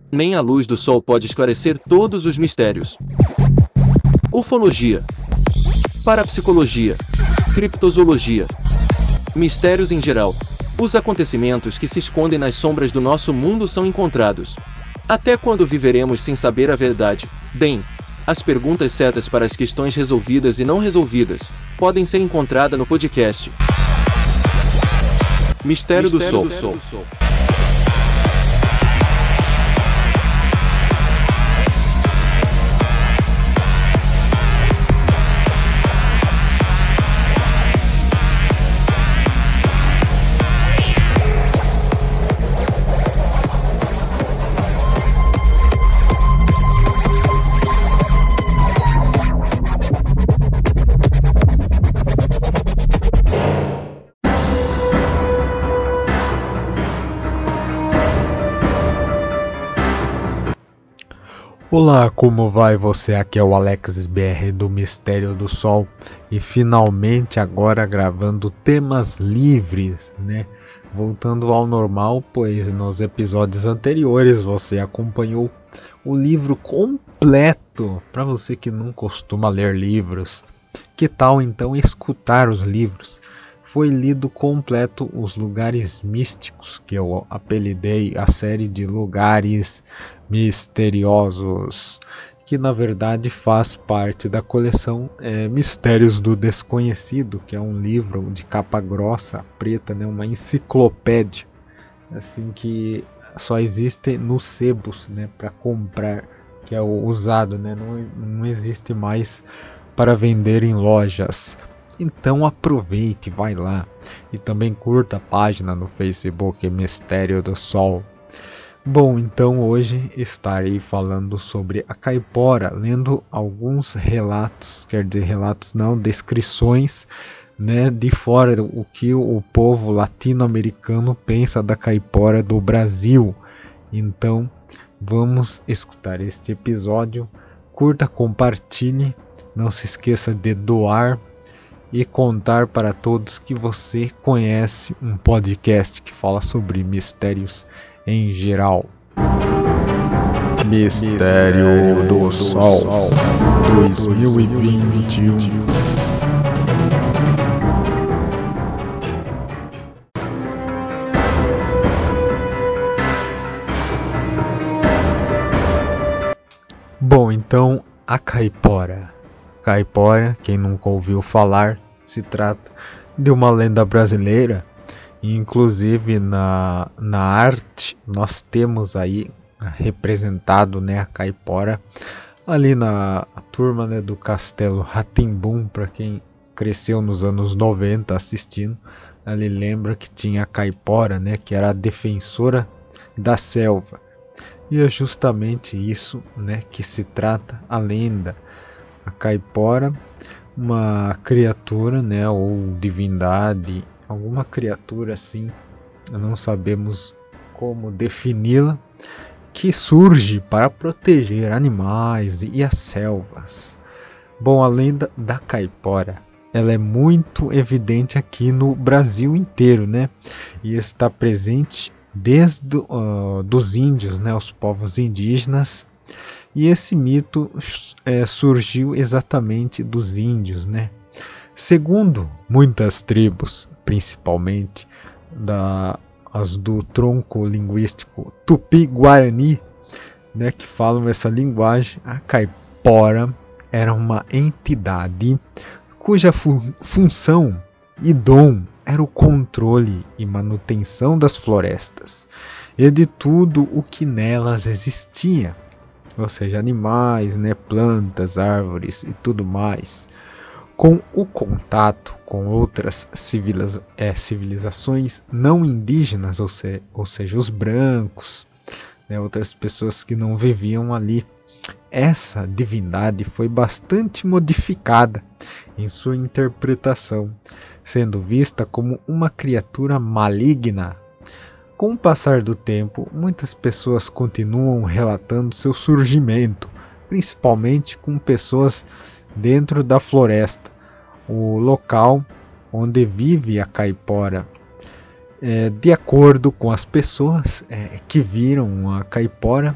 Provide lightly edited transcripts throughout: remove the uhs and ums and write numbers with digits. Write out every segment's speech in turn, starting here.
Nem a luz do sol pode esclarecer todos os mistérios. Ufologia, parapsicologia, criptozoologia, mistérios em geral. Os acontecimentos que se escondem nas sombras do nosso mundo são encontrados. Até quando viveremos sem saber a verdade? Bem, as perguntas certas para as questões resolvidas e não resolvidas podem ser encontradas no podcast Mistério do Sol. Olá, como vai você? Aqui é o Alex BR do Mistério do Sol e finalmente agora gravando temas livres, né? Voltando ao normal, pois nos episódios anteriores você acompanhou o livro completo. Para você que não costuma ler livros, que tal então escutar os livros? Foi lido completo Os Lugares Místicos, que eu apelidei a série de Lugares Misteriosos, que na verdade faz parte da coleção Mistérios do Desconhecido, que é um livro de capa grossa, preta, né, uma enciclopédia, assim que só existe nos sebos, né, para comprar, que é o usado, né, não existe mais para vender em lojas. Então aproveite, vai lá e também curta a página no Facebook Mistério do Sol. Bom, então hoje estarei falando sobre a caipora, lendo alguns relatos, quer dizer relatos não, descrições, né, de fora, o que o povo latino-americano pensa da caipora do Brasil. Então vamos escutar este episódio, curta, compartilhe, não se esqueça de doar e contar para todos que você conhece um podcast que fala sobre mistérios em geral. Mistério do Sol 2021. Bom, então a caipora. Caipora, quem nunca ouviu falar, se trata de uma lenda brasileira. Inclusive na arte nós temos aí representado, né, a caipora ali na turma, né, do Castelo Rá-Tim-Bum. Para quem cresceu nos anos 90 assistindo, ali lembra que tinha a caipora, né, que era a defensora da selva. E é justamente isso, né, que se trata a lenda. A caipora, uma criatura, né, ou divindade, alguma criatura assim, não sabemos como defini-la, que surge para proteger animais e as selvas. Bom, a lenda da caipora, ela é muito evidente aqui no Brasil inteiro, né, e está presente desde dos índios, né, os povos indígenas. E esse mito surgiu exatamente dos índios, né? Segundo muitas tribos, principalmente as do tronco linguístico Tupi-Guarani, né, que falam essa linguagem, a caipora era uma entidade cuja função e dom era o controle e manutenção das florestas e de tudo o que nelas existia. Ou seja, animais, né, plantas, árvores e tudo mais. Com o contato com outras civilizações não indígenas, ou seja, os brancos, né, outras pessoas que não viviam ali, essa divindade foi bastante modificada em sua interpretação, sendo vista como uma criatura maligna. Com o passar do tempo, muitas pessoas continuam relatando seu surgimento, principalmente com pessoas dentro da floresta, o local onde vive a caipora. De acordo com as pessoas que viram a caipora,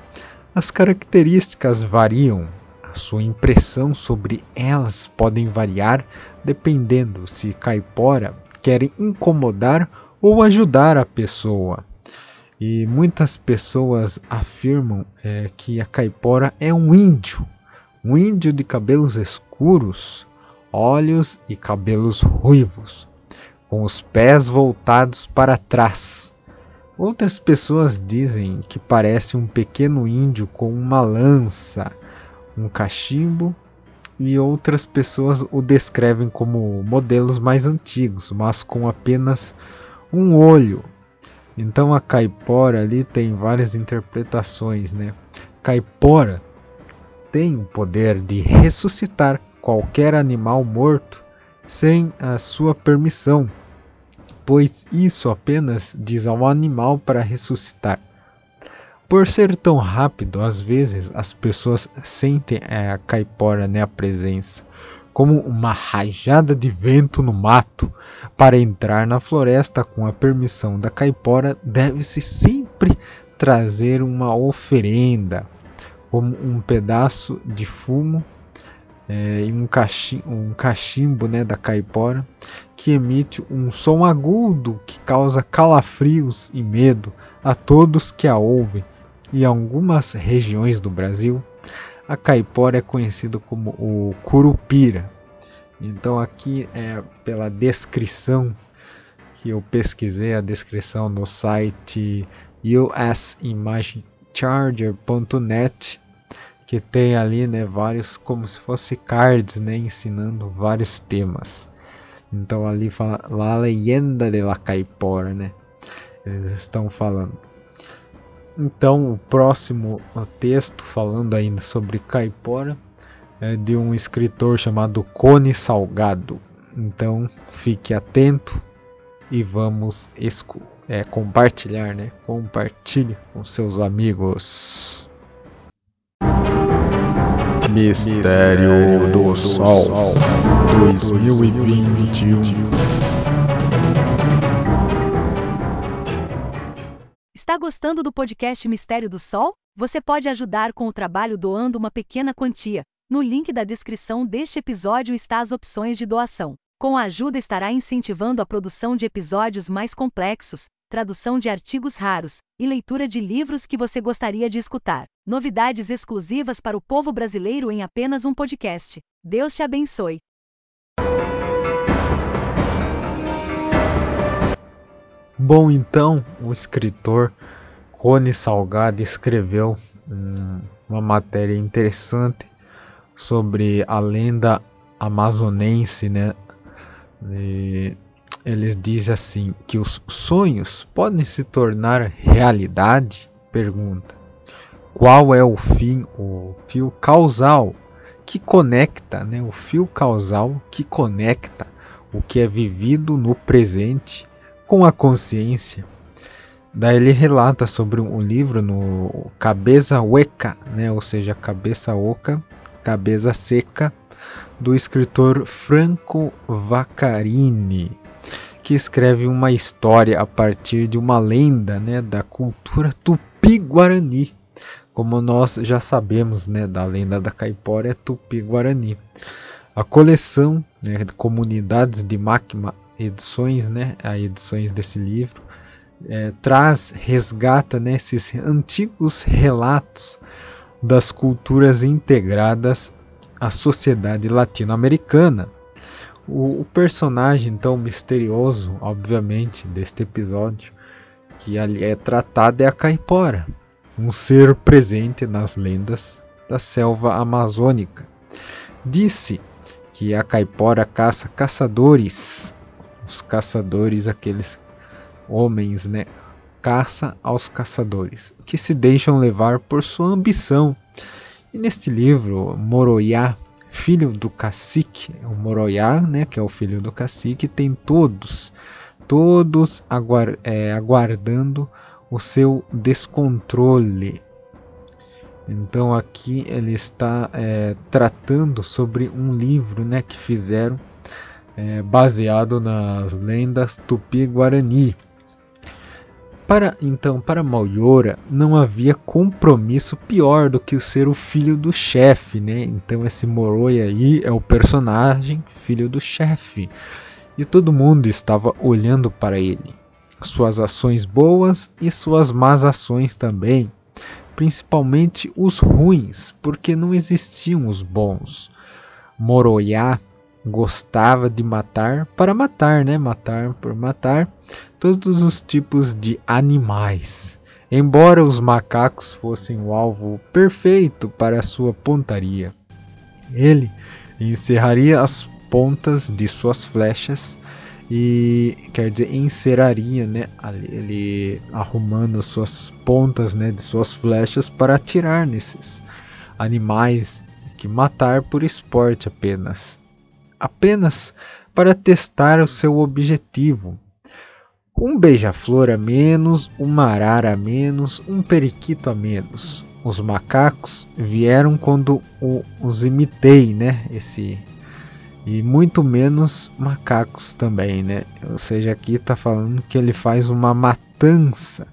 As características variam, a sua impressão sobre elas podem variar dependendo se caipora quer incomodar ou ajudar a pessoa. E muitas pessoas afirmam que a caipora é um índio de cabelos escuros, olhos e cabelos ruivos, com os pés voltados para trás. Outras pessoas dizem que parece um pequeno índio com uma lança, um cachimbo, e outras pessoas o descrevem como modelos mais antigos, mas com apenas um olho. Então a caipora ali tem várias interpretações, né? Caipora tem o poder de ressuscitar qualquer animal morto sem a sua permissão, pois isso apenas diz ao animal para ressuscitar. Por ser tão rápido, às vezes as pessoas sentem a caipora, a presença, como uma rajada de vento no mato. Para entrar na floresta com a permissão da caipora, deve-se sempre trazer uma oferenda, como um pedaço de fumo e um cachimbo da caipora, que emite um som agudo que causa calafrios e medo a todos que a ouvem. Em algumas regiões do Brasil, a caipora é conhecida como o curupira. Então aqui pela descrição que eu pesquisei, a descrição no site usimaginecharger.net, que tem ali vários, como se fosse cards, ensinando vários temas. Então ali fala La Leyenda de la Caipora, eles estão falando. Então o próximo texto, falando ainda sobre caipora, é de um escritor chamado Cone Salgado. Então fique atento e vamos compartilhar, compartilhe com seus amigos. Mistério do Sol 2021. Está gostando do podcast Mistério do Sol? Você pode ajudar com o trabalho doando uma pequena quantia. No link da descrição deste episódio está as opções de doação. Com a ajuda estará incentivando a produção de episódios mais complexos, tradução de artigos raros e leitura de livros que você gostaria de escutar. Novidades exclusivas para o povo brasileiro em apenas um podcast. Deus te abençoe. Bom, então, o escritor Cone Salgado escreveu uma matéria interessante sobre a lenda amazonense, E ele diz assim, que os sonhos podem se tornar realidade? Pergunta. Qual é o fio causal que conecta, o fio causal que conecta o que é vivido no presente com a consciência? Daí ele relata sobre um livro no Cabeça Hueca, ou seja, cabeça oca, cabeça seca, do escritor Franco Vaccarini, que escreve uma história a partir de uma lenda da cultura tupi-guarani. Como nós já sabemos, da lenda da caipora é tupi-guarani. A coleção de Comunidades de Máquina Edições, edições desse livro, resgata esses antigos relatos das culturas integradas à sociedade latino-americana. O personagem tão misterioso, obviamente, deste episódio, que ali é tratado, é a caipora, um ser presente nas lendas da selva amazônica. Disse que a caipora caça caçadores, os caçadores, aqueles homens, caça aos caçadores, que se deixam levar por sua ambição. E neste livro, Moroiá, filho do cacique, o Moroiá, que é o filho do cacique, tem todos aguardando o seu descontrole. Então aqui ele está tratando sobre um livro que fizeram baseado nas lendas tupi-guarani. Para Maiora, não havia compromisso pior do que ser o filho do chefe, né? Então esse Moroi aí é o personagem filho do chefe. E todo mundo estava olhando para ele. Suas ações boas e suas más ações também. Principalmente os ruins, porque não existiam os bons. Moroiá gostava de matar para matar, né? Matar por matar todos os tipos de animais. Embora os macacos fossem o alvo perfeito para sua pontaria, ele encerraria as pontas de suas flechas e, quer dizer, enceraria, né? Ele arrumando suas pontas, né, de suas flechas para atirar nesses animais que matar por esporte apenas para testar o seu objetivo. Um beija-flor a menos, uma arara a menos, um periquito a menos. Os macacos vieram quando os imitei, né? E muito menos macacos também, né? Ou seja, aqui está falando que ele faz uma matança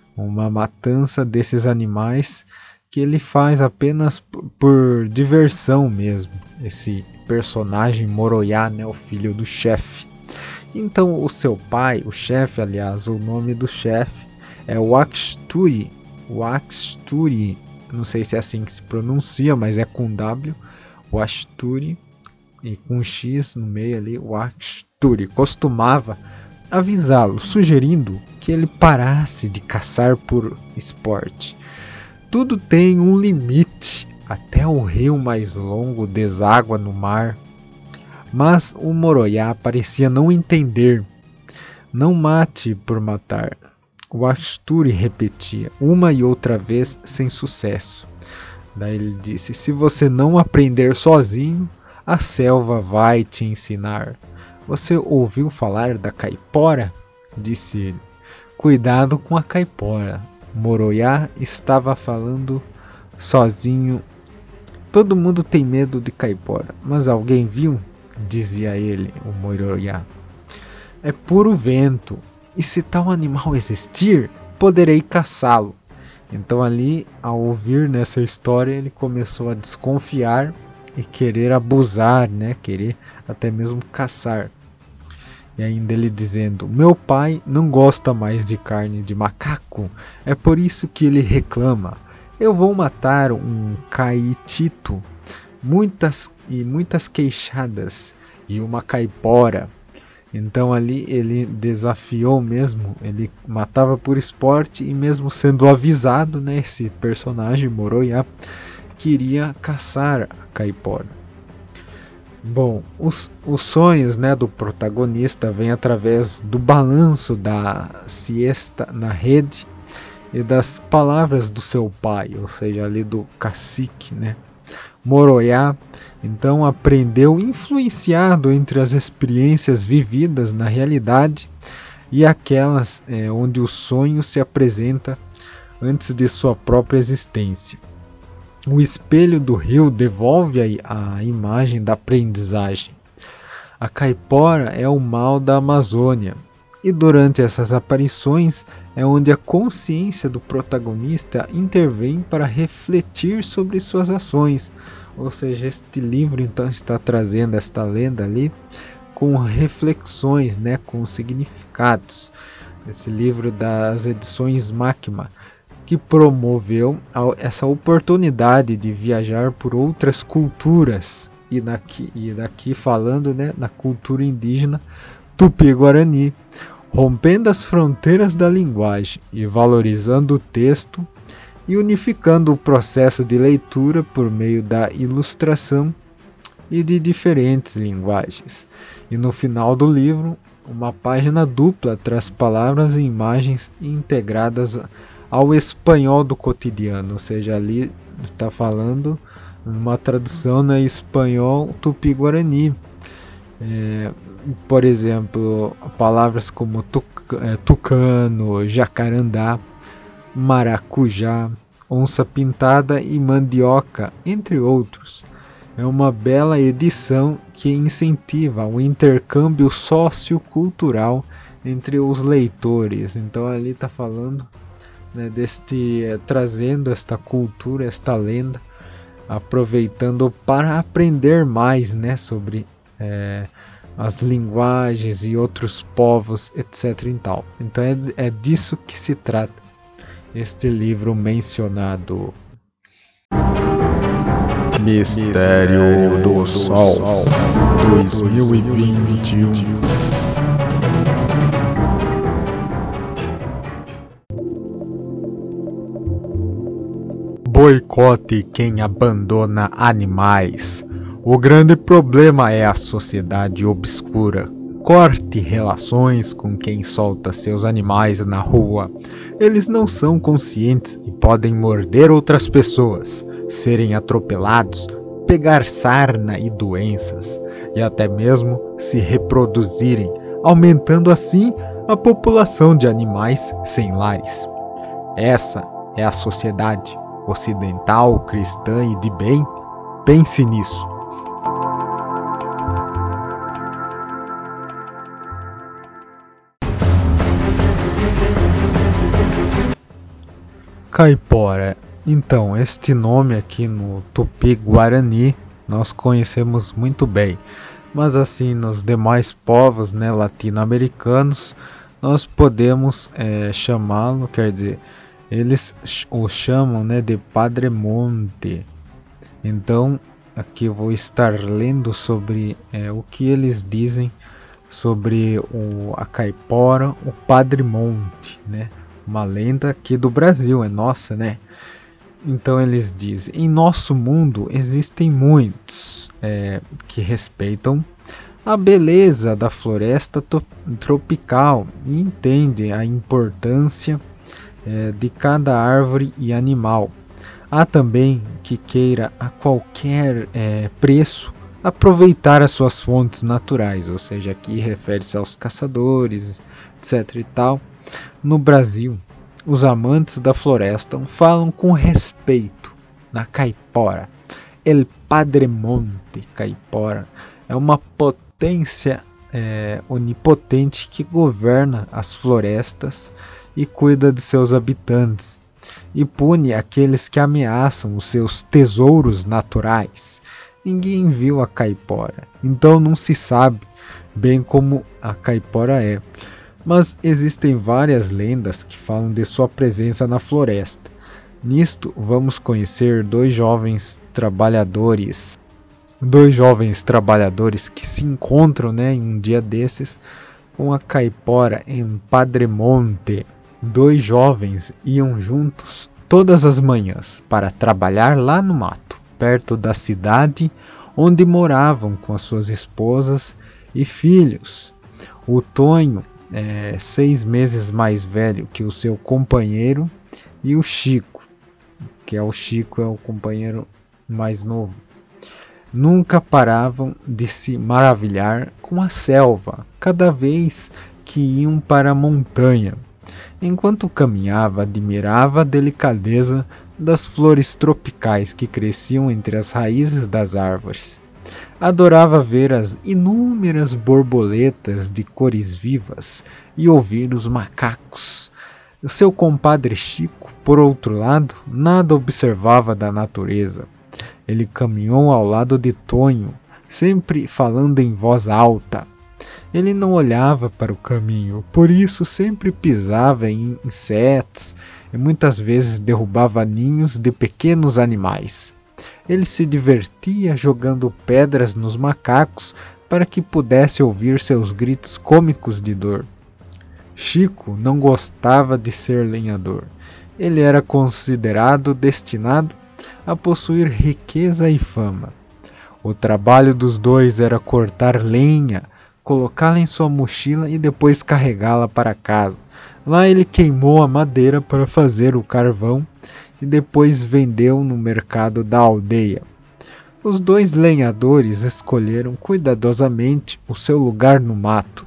desses animais que ele faz apenas por diversão mesmo. Esse personagem Moroiá, né, o filho do chefe. Então o seu pai, o chefe, aliás, o nome do chefe é Waxturi. Waxturi, não sei se é assim que se pronuncia, mas é com W. Waxturi e com X no meio ali, Waxturi. Costumava avisá-lo, sugerindo que ele parasse de caçar por esporte. Tudo tem um limite, até o rio mais longo deságua no mar. Mas o Moroiá parecia não entender. Não mate por matar. O Asturi repetia, uma e outra vez, sem sucesso. Daí ele disse, se você não aprender sozinho, a selva vai te ensinar. Você ouviu falar da caipora? Disse ele. Cuidado com a caipora. Moroiá estava falando sozinho. Todo mundo tem medo de caipora, mas alguém viu? Dizia ele, o Moroiá. É puro vento, e se tal animal existir, poderei caçá-lo. Então ali, ao ouvir nessa história, ele começou a desconfiar e querer abusar, né? Querer até mesmo caçar. E ainda ele dizendo, meu pai não gosta mais de carne de macaco, é por isso que ele reclama. Eu vou matar um caitito, muitas queixadas e uma caipora. Então ali ele desafiou mesmo, ele matava por esporte e mesmo sendo avisado, né, esse personagem Moroiá queria caçar a caipora. Bom, os sonhos, né, do protagonista vêm através do balanço da siesta na rede e das palavras do seu pai, ou seja, ali do cacique, né? Moroiá, então, aprendeu influenciado entre as experiências vividas na realidade e aquelas onde o sonho se apresenta antes de sua própria existência. O espelho do rio devolve a imagem da aprendizagem. A caipora é o mal da Amazônia, e durante essas aparições é onde a consciência do protagonista intervém para refletir sobre suas ações. Ou seja, este livro então está trazendo esta lenda ali com reflexões, né, com significados. Esse livro das edições Máquina, que promoveu essa oportunidade de viajar por outras culturas e daqui falando, né, na cultura indígena Tupi-Guarani, rompendo as fronteiras da linguagem e valorizando o texto e unificando o processo de leitura por meio da ilustração e de diferentes linguagens. E no final do livro, uma página dupla traz palavras e imagens integradas ao espanhol do cotidiano, ou seja, ali está falando uma tradução na espanhol tupi-guarani. Por exemplo, palavras como tucano, jacarandá, maracujá, onça-pintada e mandioca, entre outros. É uma bela edição que incentiva o intercâmbio sociocultural entre os leitores. Então ali está falando, né, trazendo esta cultura, esta lenda, aproveitando para aprender mais, né, sobre as linguagens e outros povos, etc. e tal. Então é disso que se trata este livro mencionado. Mistério do Sol 2021. Boicote quem abandona animais. O grande problema é a sociedade obscura. Corte relações com quem solta seus animais na rua. Eles não são conscientes e podem morder outras pessoas, serem atropelados, pegar sarna e doenças, e até mesmo se reproduzirem, aumentando assim a população de animais sem lares. Essa é a sociedade ocidental, cristã e de bem? Pense nisso. Caipora. Então, este nome aqui no Tupi-Guarani nós conhecemos muito bem, mas assim nos demais povos, né, latino-americanos, nós podemos chamá-lo, quer dizer, eles o chamam, né, de Padre Monte. Então, aqui eu vou estar lendo sobre o que eles dizem sobre a caipora, o Padre Monte, né? Uma lenda aqui do Brasil, é nossa, né? Então eles dizem: em nosso mundo existem muitos que respeitam a beleza da floresta tropical e entendem a importância de cada árvore e animal. Há também que queira a qualquer preço aproveitar as suas fontes naturais, ou seja, aqui refere-se aos caçadores, etc. e tal. No Brasil, os amantes da floresta falam com respeito na caipora. El Padre Monte Caipora é uma potência onipotente que governa as florestas e cuida de seus habitantes, e pune aqueles que ameaçam os seus tesouros naturais. Ninguém viu a caipora, então não se sabe bem como a caipora é. Mas existem várias lendas que falam de sua presença na floresta. Nisto vamos conhecer dois jovens trabalhadores que se encontram, né, em um dia desses com a caipora em Padre Monte. Dois jovens iam juntos todas as manhãs para trabalhar lá no mato, perto da cidade onde moravam com as suas esposas e filhos. O Tonho 6 meses mais velho que o seu companheiro, e o Chico, é o companheiro mais novo. Nunca paravam de se maravilhar com a selva, cada vez que iam para a montanha. Enquanto caminhava, admirava a delicadeza das flores tropicais que cresciam entre as raízes das árvores. Adorava ver as inúmeras borboletas de cores vivas e ouvir os macacos. O seu compadre Chico, por outro lado, nada observava da natureza. Ele caminhou ao lado de Tonho, sempre falando em voz alta. Ele não olhava para o caminho, por isso sempre pisava em insetos e muitas vezes derrubava ninhos de pequenos animais. Ele se divertia jogando pedras nos macacos para que pudesse ouvir seus gritos cômicos de dor. Chico não gostava de ser lenhador. Ele era considerado destinado a possuir riqueza e fama. O trabalho dos dois era cortar lenha, colocá-la em sua mochila e depois carregá-la para casa. Lá ele queimou a madeira para fazer o carvão e depois vendeu no mercado da aldeia. Os dois lenhadores escolheram cuidadosamente o seu lugar no mato.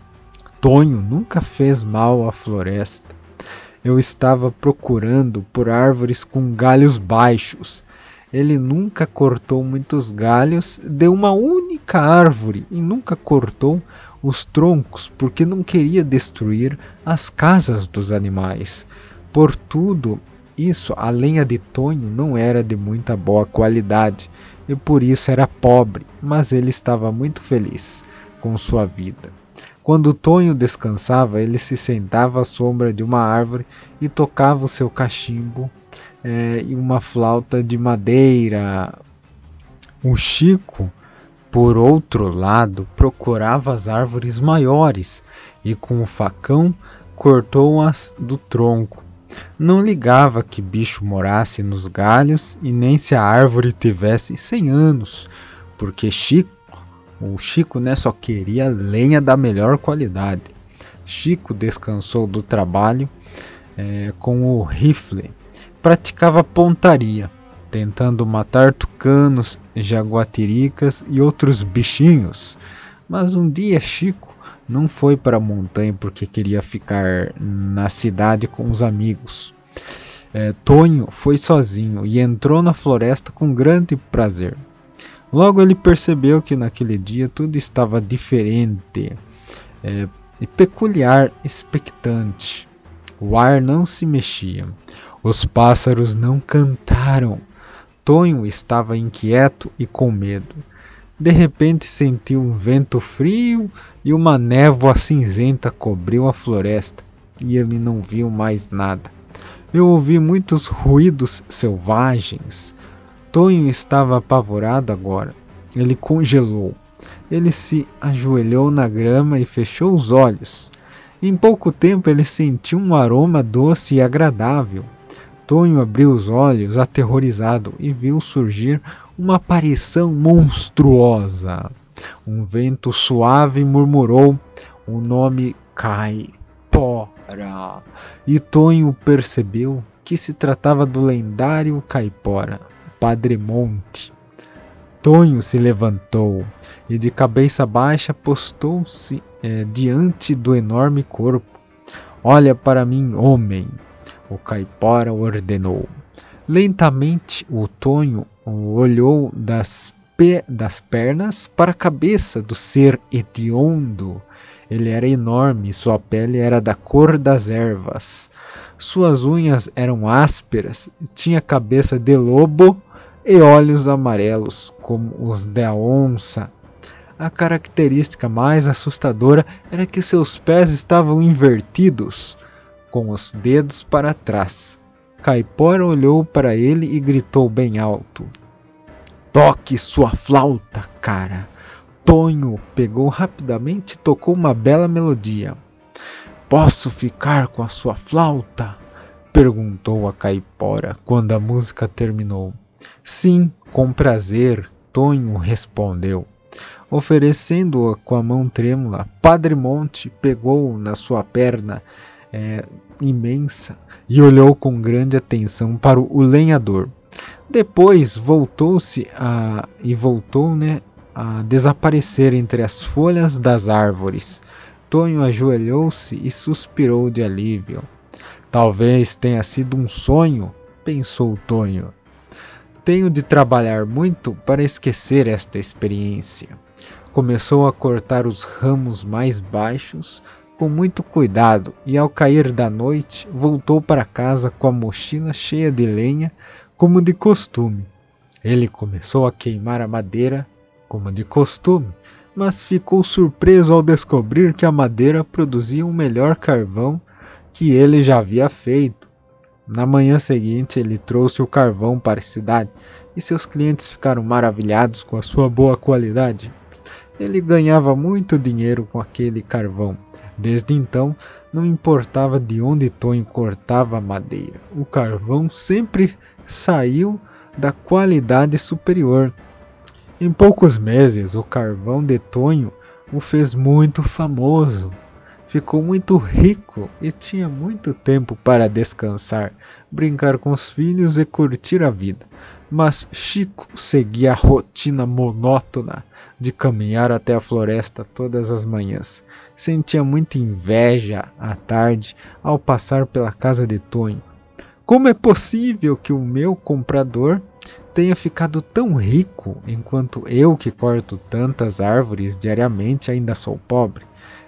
Tonho nunca fez mal à floresta. Eu estava procurando por árvores com galhos baixos. Ele nunca cortou muitos galhos de uma única árvore e nunca cortou os troncos porque não queria destruir as casas dos animais. Por tudo isso, a lenha de Tonho não era de muita boa qualidade e por isso era pobre, mas ele estava muito feliz com sua vida. Quando Tonho descansava, ele se sentava à sombra de uma árvore e tocava o seu cachimbo e uma flauta de madeira. O Chico, por outro lado, procurava as árvores maiores e com o facão cortou-as do tronco. Não ligava que bicho morasse nos galhos e nem se a árvore tivesse 100 anos, porque o Chico só queria lenha da melhor qualidade. Chico descansou do trabalho com o rifle. Praticava pontaria, tentando matar tucanos, jaguatiricas e outros bichinhos. Mas um dia Chico não foi para a montanha porque queria ficar na cidade com os amigos. Tonho foi sozinho e entrou na floresta com grande prazer. Logo ele percebeu que naquele dia tudo estava diferente e peculiar, expectante. O ar não se mexia, os pássaros não cantaram. Tonho estava inquieto e com medo. De repente sentiu um vento frio e uma névoa cinzenta cobriu a floresta e ele não viu mais nada. Eu ouvi muitos ruídos selvagens. Tonho estava apavorado agora. Ele congelou. Ele se ajoelhou na grama e fechou os olhos. Em pouco tempo ele sentiu um aroma doce e agradável. Tonho abriu os olhos aterrorizado e viu surgir uma aparição monstruosa. Um vento suave murmurou o nome Caipora. E Tonho percebeu que se tratava do lendário Caipora, Padre Monte. Tonho se levantou e de cabeça baixa postou-se diante do enorme corpo. Olha para mim, homem, o Caipora ordenou. Lentamente o Tonho olhou das pernas para a cabeça do ser hediondo. Ele era enorme, sua pele era da cor das ervas. Suas unhas eram ásperas, tinha cabeça de lobo e olhos amarelos como os da onça. A característica mais assustadora era que seus pés estavam invertidos, com os dedos para trás. Caipora olhou para ele e gritou bem alto: "Toque sua flauta, cara!" Tonho pegou rapidamente e tocou uma bela melodia. "Posso ficar com a sua flauta?" perguntou a Caipora quando a música terminou. "Sim, com prazer", Tonho respondeu. Oferecendo-a com a mão trêmula, Padre Monte pegou na sua perna imensa e olhou com grande atenção para o lenhador. Depois voltou a desaparecer entre as folhas das árvores. Tonho ajoelhou-se e suspirou de alívio. Talvez tenha sido um sonho, pensou Tonho. Tenho de trabalhar muito para esquecer esta experiência. Começou a cortar os ramos mais baixos com muito cuidado e ao cair da noite voltou para casa com a mochila cheia de lenha como de costume. Ele começou a queimar a madeira como de costume, mas ficou surpreso ao descobrir que a madeira produzia um melhor carvão que ele já havia feito. Na manhã seguinte ele trouxe o carvão para a cidade e seus clientes ficaram maravilhados com a sua boa qualidade. Ele ganhava muito dinheiro com aquele carvão. Desde então, não importava de onde Tonho cortava a madeira, o carvão sempre saiu da qualidade superior. Em poucos meses, o carvão de Tonho o fez muito famoso. Ficou muito rico e tinha muito tempo para descansar, brincar com os filhos e curtir a vida. Mas Chico seguia a rotina monótona de caminhar até a floresta todas as manhãs. Sentia muita inveja à tarde ao passar pela casa de Tonho. Como é possível que o meu comprador tenha ficado tão rico enquanto eu, que corto tantas árvores diariamente, ainda sou pobre?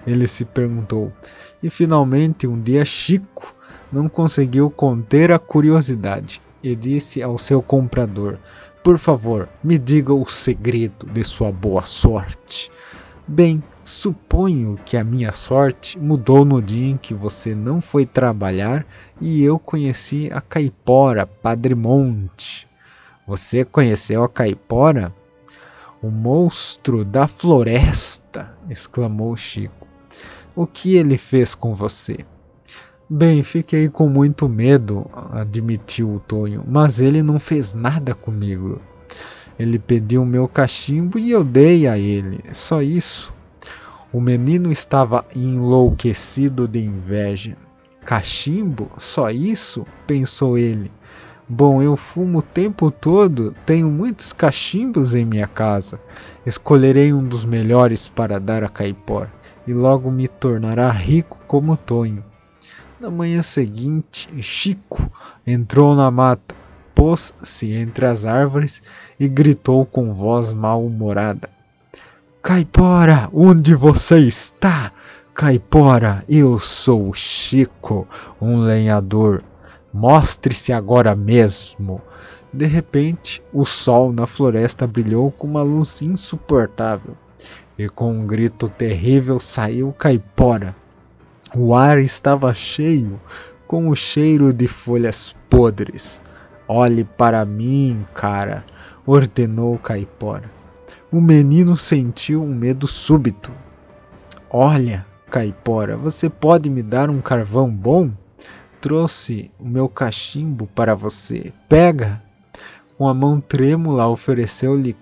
Ele se perguntou. E finalmente um dia Chico não conseguiu conter a curiosidade e disse ao seu comprador: por favor, me diga o segredo de sua boa sorte. Bem, suponho que a minha sorte mudou no dia em que você não foi trabalhar e eu conheci a caipora Padre Monte. Você conheceu a caipora? O monstro da floresta! Exclamou Chico. O que ele fez com você? Bem, fiquei com muito medo, admitiu o Tonho, mas ele não fez nada comigo. Ele pediu meu cachimbo e eu dei a ele, só isso. O menino estava enlouquecido de inveja. Cachimbo? Só isso? Pensou ele. Bom, eu fumo o tempo todo, tenho muitos cachimbos em minha casa. Escolherei um dos melhores para dar a caipora, e logo me tornará rico como Tonho. Na manhã seguinte, Chico entrou na mata, pôs-se entre as árvores e gritou com voz mal-humorada: Caipora, onde você está? Caipora, eu sou o Chico, um lenhador. Mostre-se agora mesmo. De repente, o sol na floresta brilhou com uma luz insuportável, e com um grito terrível saiu Caipora. O ar estava cheio com o cheiro de folhas podres. Olhe para mim, cara, ordenou Caipora. O menino sentiu um medo súbito. Olha, Caipora, você pode me dar um carvão bom? Trouxe o meu cachimbo para você. Pega! Com a mão trêmula ofereceu-lhe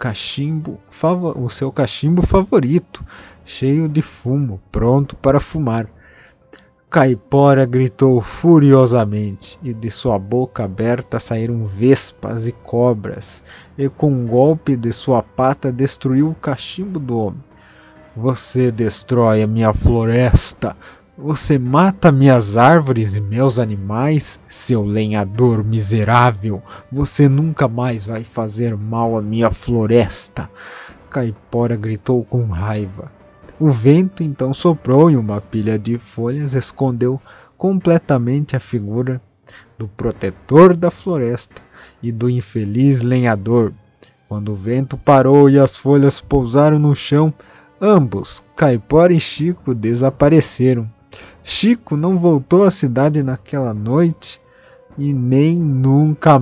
o seu cachimbo favorito, cheio de fumo, pronto para fumar. Caipora gritou furiosamente, e de sua boca aberta saíram vespas e cobras, e com um golpe de sua pata destruiu o cachimbo do homem. Você destrói a minha floresta, você mata minhas árvores e meus animais, seu lenhador miserável, você nunca mais vai fazer mal à minha floresta. Caipora gritou com raiva. O vento então soprou e uma pilha de folhas escondeu completamente a figura do protetor da floresta e do infeliz lenhador. Quando o vento parou e as folhas pousaram no chão, ambos, Caipora e Chico, desapareceram. Chico não voltou à cidade naquela noite e nem nunca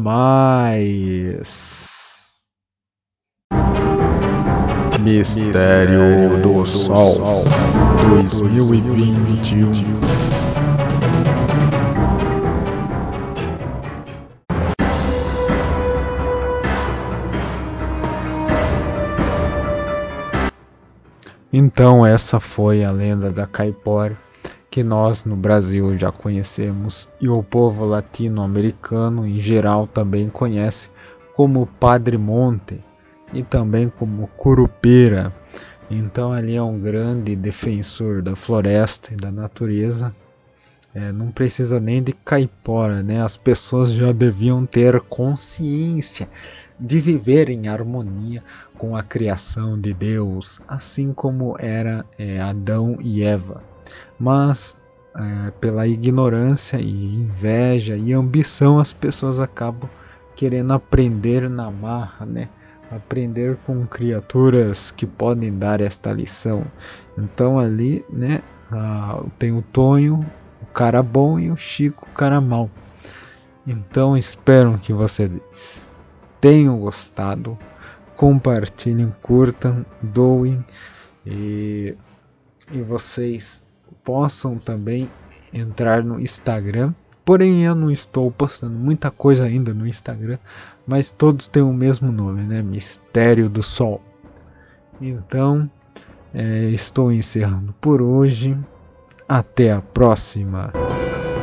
mais. Mistério do Sol 2021. Então essa foi a lenda da caipora, que nós no Brasil já conhecemos e o povo latino-americano em geral também conhece como Padre Monte e também como Curupira. Então ele é um grande defensor da floresta e da natureza. Não precisa nem de caipora, né? As pessoas já deviam ter consciência de viver em harmonia com a criação de Deus, assim como era Adão e Eva. Mas pela ignorância e inveja e ambição, as pessoas acabam querendo aprender na marra, né? Aprender com criaturas que podem dar esta lição. Então ali, né, tem o Tonho, o cara bom, e o Chico, o cara mau. Então espero que vocês tenham gostado, compartilhem, curtam, doem e vocês possam também entrar no Instagram. Porém, eu não estou postando muita coisa ainda no Instagram, mas todos têm o mesmo nome, né? Mistério do Sol. Então, estou encerrando por hoje. Até a próxima.